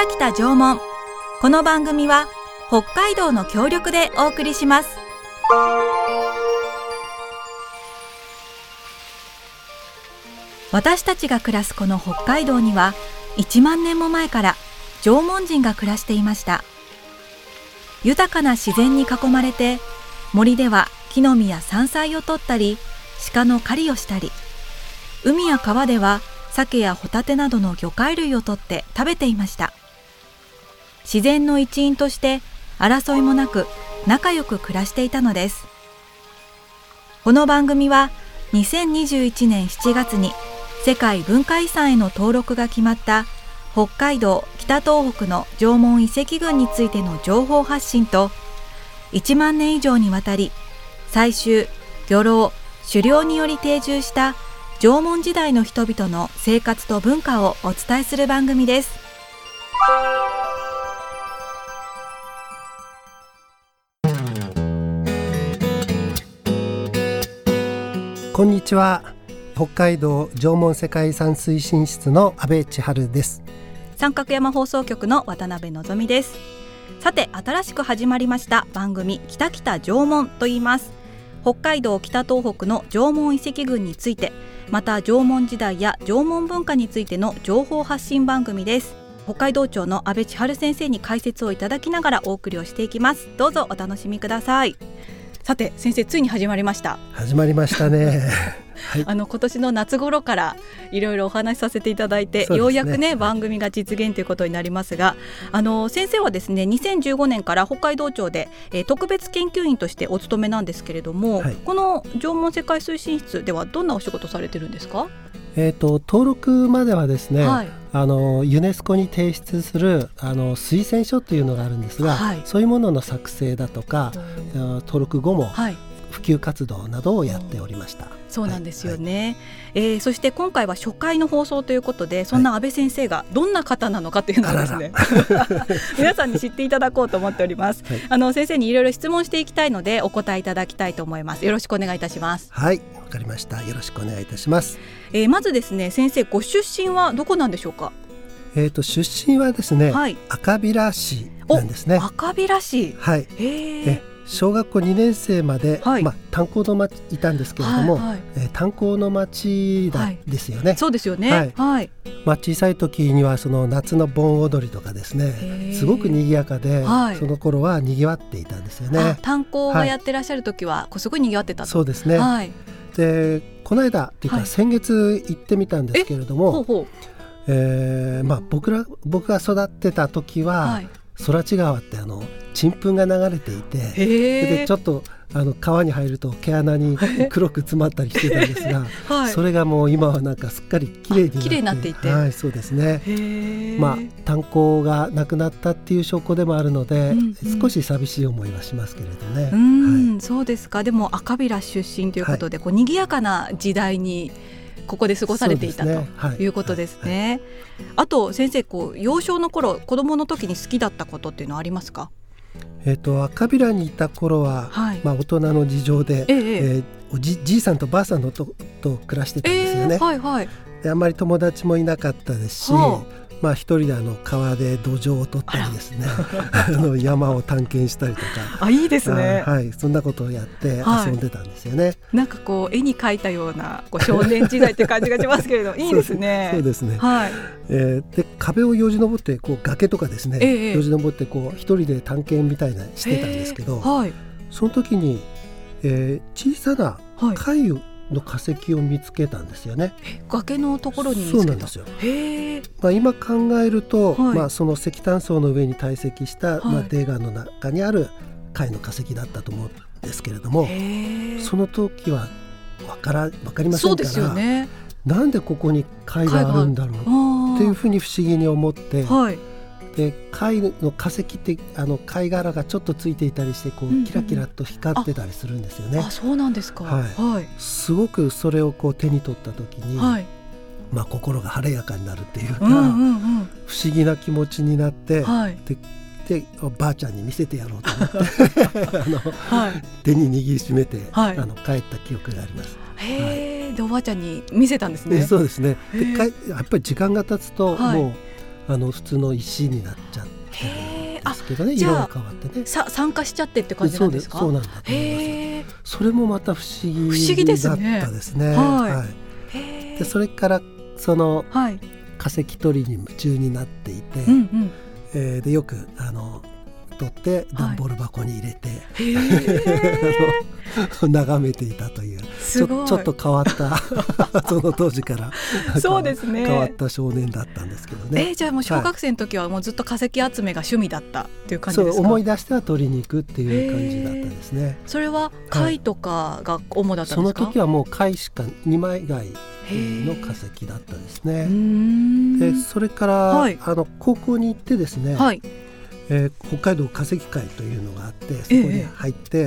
北北縄文。この番組は北海道の協力でお送りします。私たちが暮らすこの北海道には1万年も前から縄文人が暮らしていました。豊かな自然に囲まれて、森では木の実や山菜を取ったり、鹿の狩りをしたり、海や川では鮭やホタテなどの魚介類を取って食べていました。自然の一員として争いもなく仲良く暮らしていたのです。この番組は2021年7月に世界文化遺産への登録が決まった北海道北東北の縄文遺跡群についての情報発信と、1万年以上にわたり採集、漁労、狩猟により定住した縄文時代の人々の生活と文化をお伝えする番組です。 こんにちは。北海道縄文世界遺産推進室の阿部千春です。 三角山放送局の渡辺のぞみです。さて、新しく始まりました番組北北縄文と言います。北海道北東北の縄文遺跡群について、また縄文時代や縄文文化についての情報発信番組です。北海道庁の阿部千春先生に解説をいただきながらお送りをしていきます。どうぞお楽しみください。さて先生、ついに始まりました。 始まりましたねはい、 今年の夏頃からいろいろお話しさせていただいて、ようやくね番組が実現ということになりますが、先生はですね2015年から北海道庁で、特別研究員としてお勤めなんですけれども、はい、この縄文世界推進室ではどんなお仕事されてるんですか？ 登録まではですね、はい、ユネスコに提出する推薦書というのがあるんですが、はい、そういうものの作成だとか、登録後も、はい、普及活動などをやっておりました。 そうなんですよね、はい、そして今回は初回の放送ということで、そんな阿部先生がどんな方なのかというのをですね、皆さんに知っていただこうと思っております、はい、先生にいろいろ質問していきたいのでお答えいただきたいと思います。よろしくお願いいたします。 はい、わかりました。よろしくお願いいたします。 まずですね、先生ご出身はどこなんでしょうか？ 出身はですね、はい、赤平市なんですね。 赤平市、 はい、小学校2年生まで、はい、炭鉱の町いたんですけれども、はいはい、炭鉱の町ですよね、はい、 そうですよね、はいはい、 小さい時にはその夏の盆踊りとかですね、すごく賑やかで、はい、その頃は賑わっていたんですよね。 炭鉱がやってらっしゃる時は、すごい賑わってたと。 そうですね、はい、でこの間っていうか、先月行ってみたんですけれども、僕が育ってた時は、はい、空知川ってちんぷんが流れていて、でちょっと川に入ると毛穴に黒く詰まったりしてたんですが、はい、それがもう今はなんかすっかりきれいになっていて、はい、そうですね。炭鉱がなくなったっていう証拠でもあるので、少し寂しい思いはしますけれどね。 はい、そうですか。でも赤平出身ということで、賑やかな時代にここで過ごされていた、ということですね。あと先生、幼少の頃、子供の時に好きだったことっていうのはありますか？ 赤平にいた頃は、はい、大人の事情で、じいさんとばあさんのと暮らしてたんですよね。はいはい、であんまり友達もいなかったですし、一人で川で土壌を取ったりですね山を探検したりとか、 いいですね。 はい、そんなことをやって遊んでたんですよね。 なんか絵に描いたような少年時代って感じがしますけれどいいですね。 そうですね、はい。で壁をよじ登って崖とかですね、よじ登って一人で探検みたいなしてたんですけど、はい、その時に、小さな貝の化石を見つけたんですよね。 崖のところに見つけた。 そうなんですよ。今考えると、はい、その石炭層の上に堆積した、泥岩の中にある貝の化石だったと思うんですけれども、その時は分かりませんから、そうですよね、なんでここに貝があるんだろうっていうふうに不思議に思って、はい、で貝の化石って貝殻がちょっとついていたりしてキラキラと光ってたりするんですよね。 そうなんですか。 はいはい、すごくそれを手に取った時に、はい、心が晴れやかになるっていうか、不思議な気持ちになって、はい、でばあちゃんに見せてやろうと思って手に握りしめて、はい、帰った記憶があります。 でおばあちゃんに見せたんですね。 そうですね。でやっぱり時間が経つと、もう普通の石になっちゃってるんですけどね、色が変わってね、 酸化しちゃってって感じなんですか？ そうなんだと思います。それもまた不思議だったですね。でそれからその化石取りに夢中になっていて、でよく取って段ボール箱に入れて、眺めていたというちょっと変わったその当時からそうですね、 変わった少年だったんですけどね。 じゃあもう小学生の時はもうずっと化石集めが趣味だったっていう感じですか？ そう思い出しては取りに行くっていう感じだったですね。 それは貝とかが主だったんですか？ その時はもう貝しか2枚貝の化石だったですね。でそれから、高校に行ってですね、北海道化石会というのがあってそこに入って、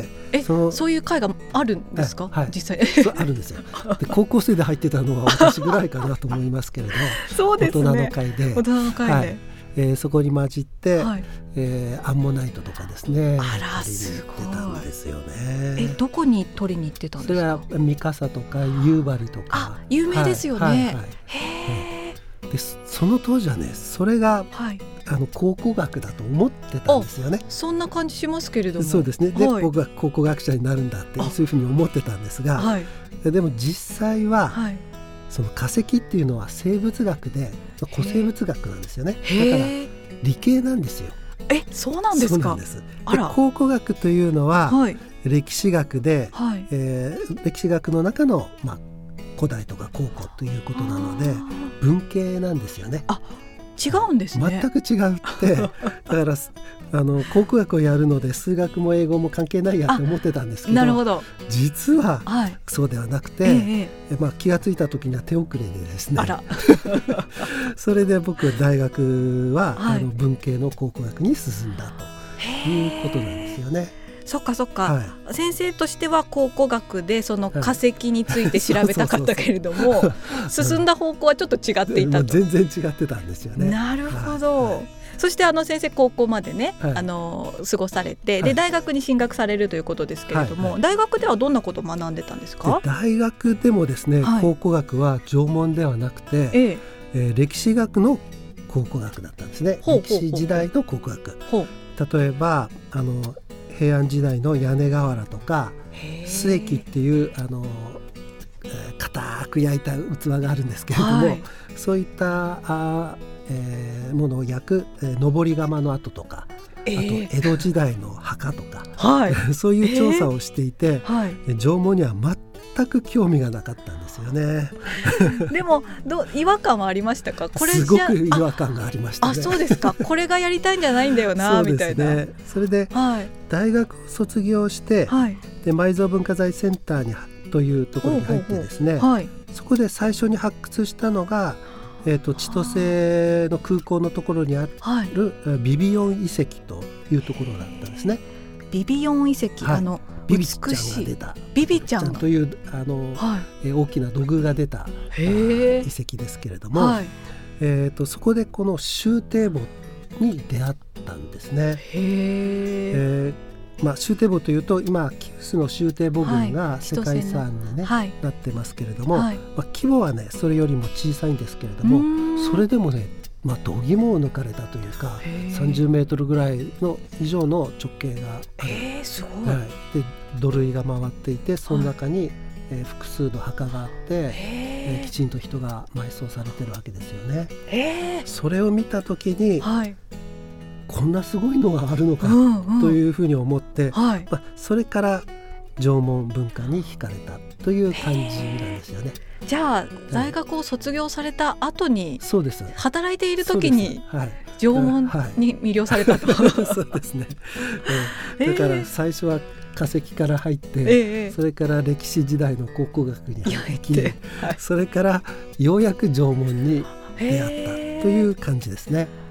そういう会があるんですか？実際あるんですよ。で高校生で入ってたのは私ぐらいかなと思いますけれどそうですね、 大人の会で、そこに混じって、アンモナイトとかですね、 すごい取りに行ってたんですよね。 どこに取りに行ってたんですか？ それは三笠とか夕張とか有名ですよね。 でその当時はねそれが、考古学だと思ってたんですよね。 そんな感じしますけれども。そうですね。で、僕は考古学者になるんだってそういうふうに思ってたんですが、でも実際は、その化石っていうのは生物学で古生物学なんですよね。だから理系なんですよ。 そうなんですか？ そうなんです。で考古学というのは、歴史学で、歴史学の中の、古代とか考古ということなので文系なんですよね。 違うんですね。 全く違うってだから考古学をやるので数学も英語も関係ないやと思ってたんですけど、 なるほど、 実はそうではなくて、気がついた時には手遅れでですねそれで僕は大学は、文系の考古学に進んだということなんですよね。 そっか、先生としては考古学でその化石について調べたかったけれども進んだ方向はちょっと違っていたと。 全然違ってたんですよね。 なるほど、そして先生高校までね、過ごされて、で大学に進学されるということですけれども、大学ではどんなことを学んでたんですか？ 大学でもですね、考古学は縄文ではなくて、歴史学の考古学だったんですね。歴史時代の考古学、例えば平安時代の屋根瓦とか須液っていう硬く焼いた器があるんですけれども、そういったものを焼く登り窯の跡とか、あと江戸時代の墓とか、そういう調査をしていて、縄文には全く興味がなかったんですよねでも違和感はありましたか？ すごく違和感がありましたね。 そうですか。これがやりたいんじゃないんだよなみたいな。 それで、大学を卒業して、で埋蔵文化財センターにというところに入ってですね、そこで最初に発掘したのが、千歳の空港のところにある、ビビオン遺跡というところだったんですね。 ビビオン遺跡、 ビビちゃんが出たビビちゃんという大きな土偶が出た遺跡ですけれども、そこでこの終帝墓に出会ったんですね。終帝墓というと今キフスの終帝墓群が世界遺産に、なってますけれども、規模はねそれよりも小さいんですけれども、それでもね度肝を抜かれたというか30メートルぐらいの以上の直径がある、 すごい、 で土塁が回っていてその中に、複数の墓があって、きちんと人が埋葬されてるわけですよね。それを見た時に、こんなすごいのがあるのかというふうに思って、それから縄文文化に惹かれたという感じなんですよね。 じゃあ大学を卒業された後に、 そうです、 働いている時に縄文に魅了されたと。 そうですね、だから最初は化石から入って、それから歴史時代の考古学に入って、それからようやく縄文に出会ったという感じですね。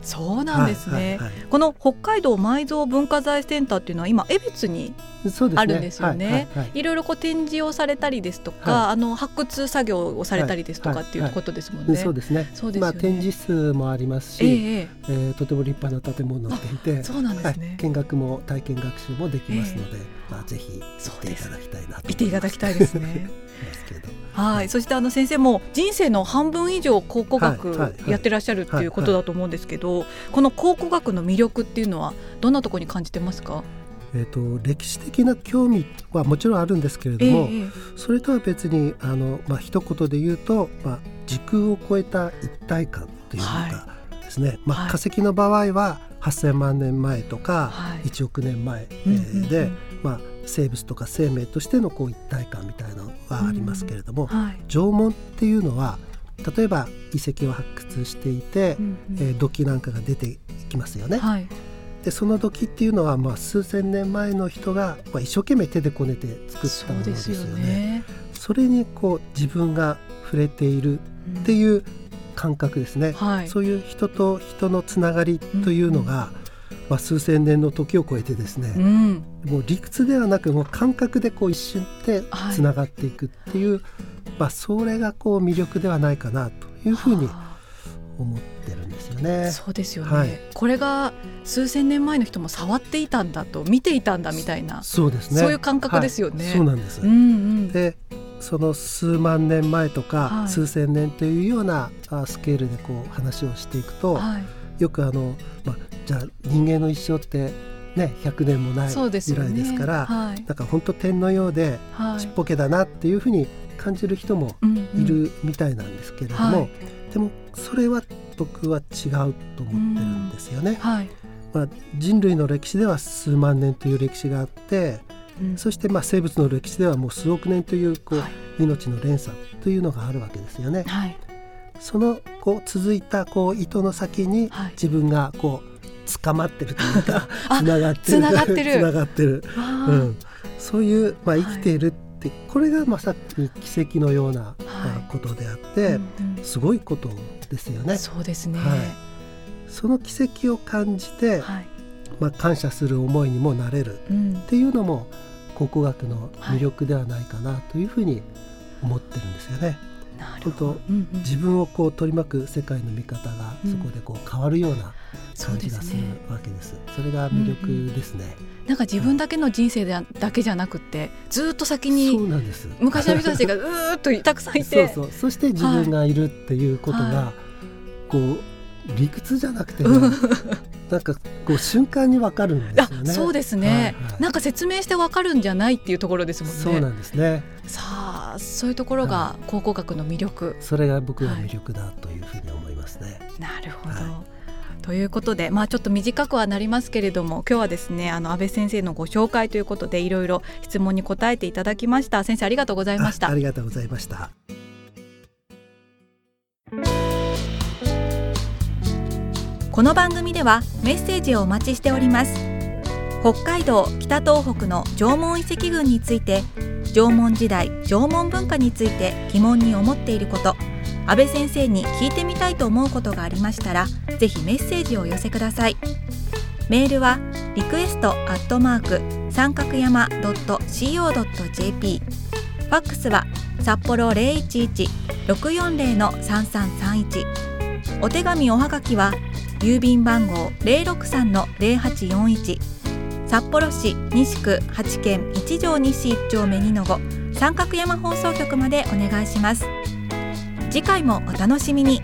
そうなんですね、この北海道埋蔵文化財センターっていうのは今江別にあるんですよね。いろいろ展示をされたりですとか、発掘作業をされたりですとかっていうことですもんね。 そうですね。展示室もありますし、とても立派な建物になっていて、そうなんですね。見学も体験学習もできますので、ぜひ行っていただきたいなと思います。 行っていただきたいですね。はい、そして先生も人生の半分以上考古学やってらっしゃるっていうことだと思うんですけど、この考古学の魅力っていうのはどんなところに感じてますか？ 歴史的な興味はもちろんあるんですけれども、それとは別に一言で言うと、時空を超えた一体感というのがですね、化石の場合は8000万年前とか1億年前で、生物とか生命としての一体感みたいなのはありますけれども、縄文っていうのは例えば遺跡を発掘していて、土器なんかが出てきますよね。でその土器っていうのは数千年前の人が一生懸命手でこねて作ったものですよね。それに自分が触れているっていう感覚ですね。そういう人と人のつながりというのが、数千年の時を超えてですね、もう理屈ではなくもう感覚で一瞬でつながっていくっていう、それが魅力ではないかなというふうに思ってるんですよね。そうですよね、これが数千年前の人も触っていたんだと見ていたんだみたいな、そうですね、そういう感覚ですよね。そうなんです、でその数万年前とか、数千年というようなスケールで話をしていくと、よくじゃあ人間の一生って100年もないぐらいですから、なんか本当天のようでちっぽけだなっていうふうに感じる人もいるみたいなんですけれども、でもそれは僕は違うと思ってるんですよね。人類の歴史では数万年という歴史があって、そして生物の歴史ではもう数億年という命の連鎖というのがあるわけですよね。その続いた糸の先に自分が捕まってるというかつながってるそういう生きているって、これがまさに奇跡のようなことであって、すごいことですよね。そうですね、その奇跡を感じて、感謝する思いにもなれるっていうのも考古学の魅力ではないかなというふうに思ってるんですよね。本当、自分を取り巻く世界の見方がそこで変わるような感じがするわけです。それが魅力ですね。なんか自分だけの人生だけじゃなくて、ずっと先に昔の人たちがっとたくさんいてそして自分がいるっていうことが、理屈じゃなくてなんか瞬間に分かるんですよね。そうですね、なんか説明して分かるんじゃないっていうところですもんね。そうなんですね。さあ、そういうところが考古学の魅力、それが僕の魅力だというふうに思いますね。なるほど、ということで、ちょっと短くはなりますけれども、今日はですね安倍先生のご紹介ということでいろいろ質問に答えていただきました。先生ありがとうございました。ありがとうございました。 この番組ではメッセージをお待ちしております。北海道北東北の縄文遺跡群について、縄文時代縄文文化について疑問に思っていること、安倍先生に聞いてみたいと思うことがありましたら、ぜひメッセージをお寄せください。メールはrequest@三角山.co.jp、 ファックスは札幌 011-640-3331、 お手紙おはがきは郵便番号 063-0841、 札幌市西区8軒1条西1丁目2の5、三角山放送局までお願いします。次回もお楽しみに。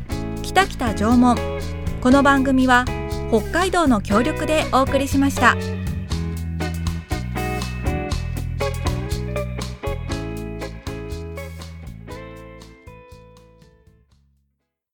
北北縄文、この番組は北海道の協力でお送りしました。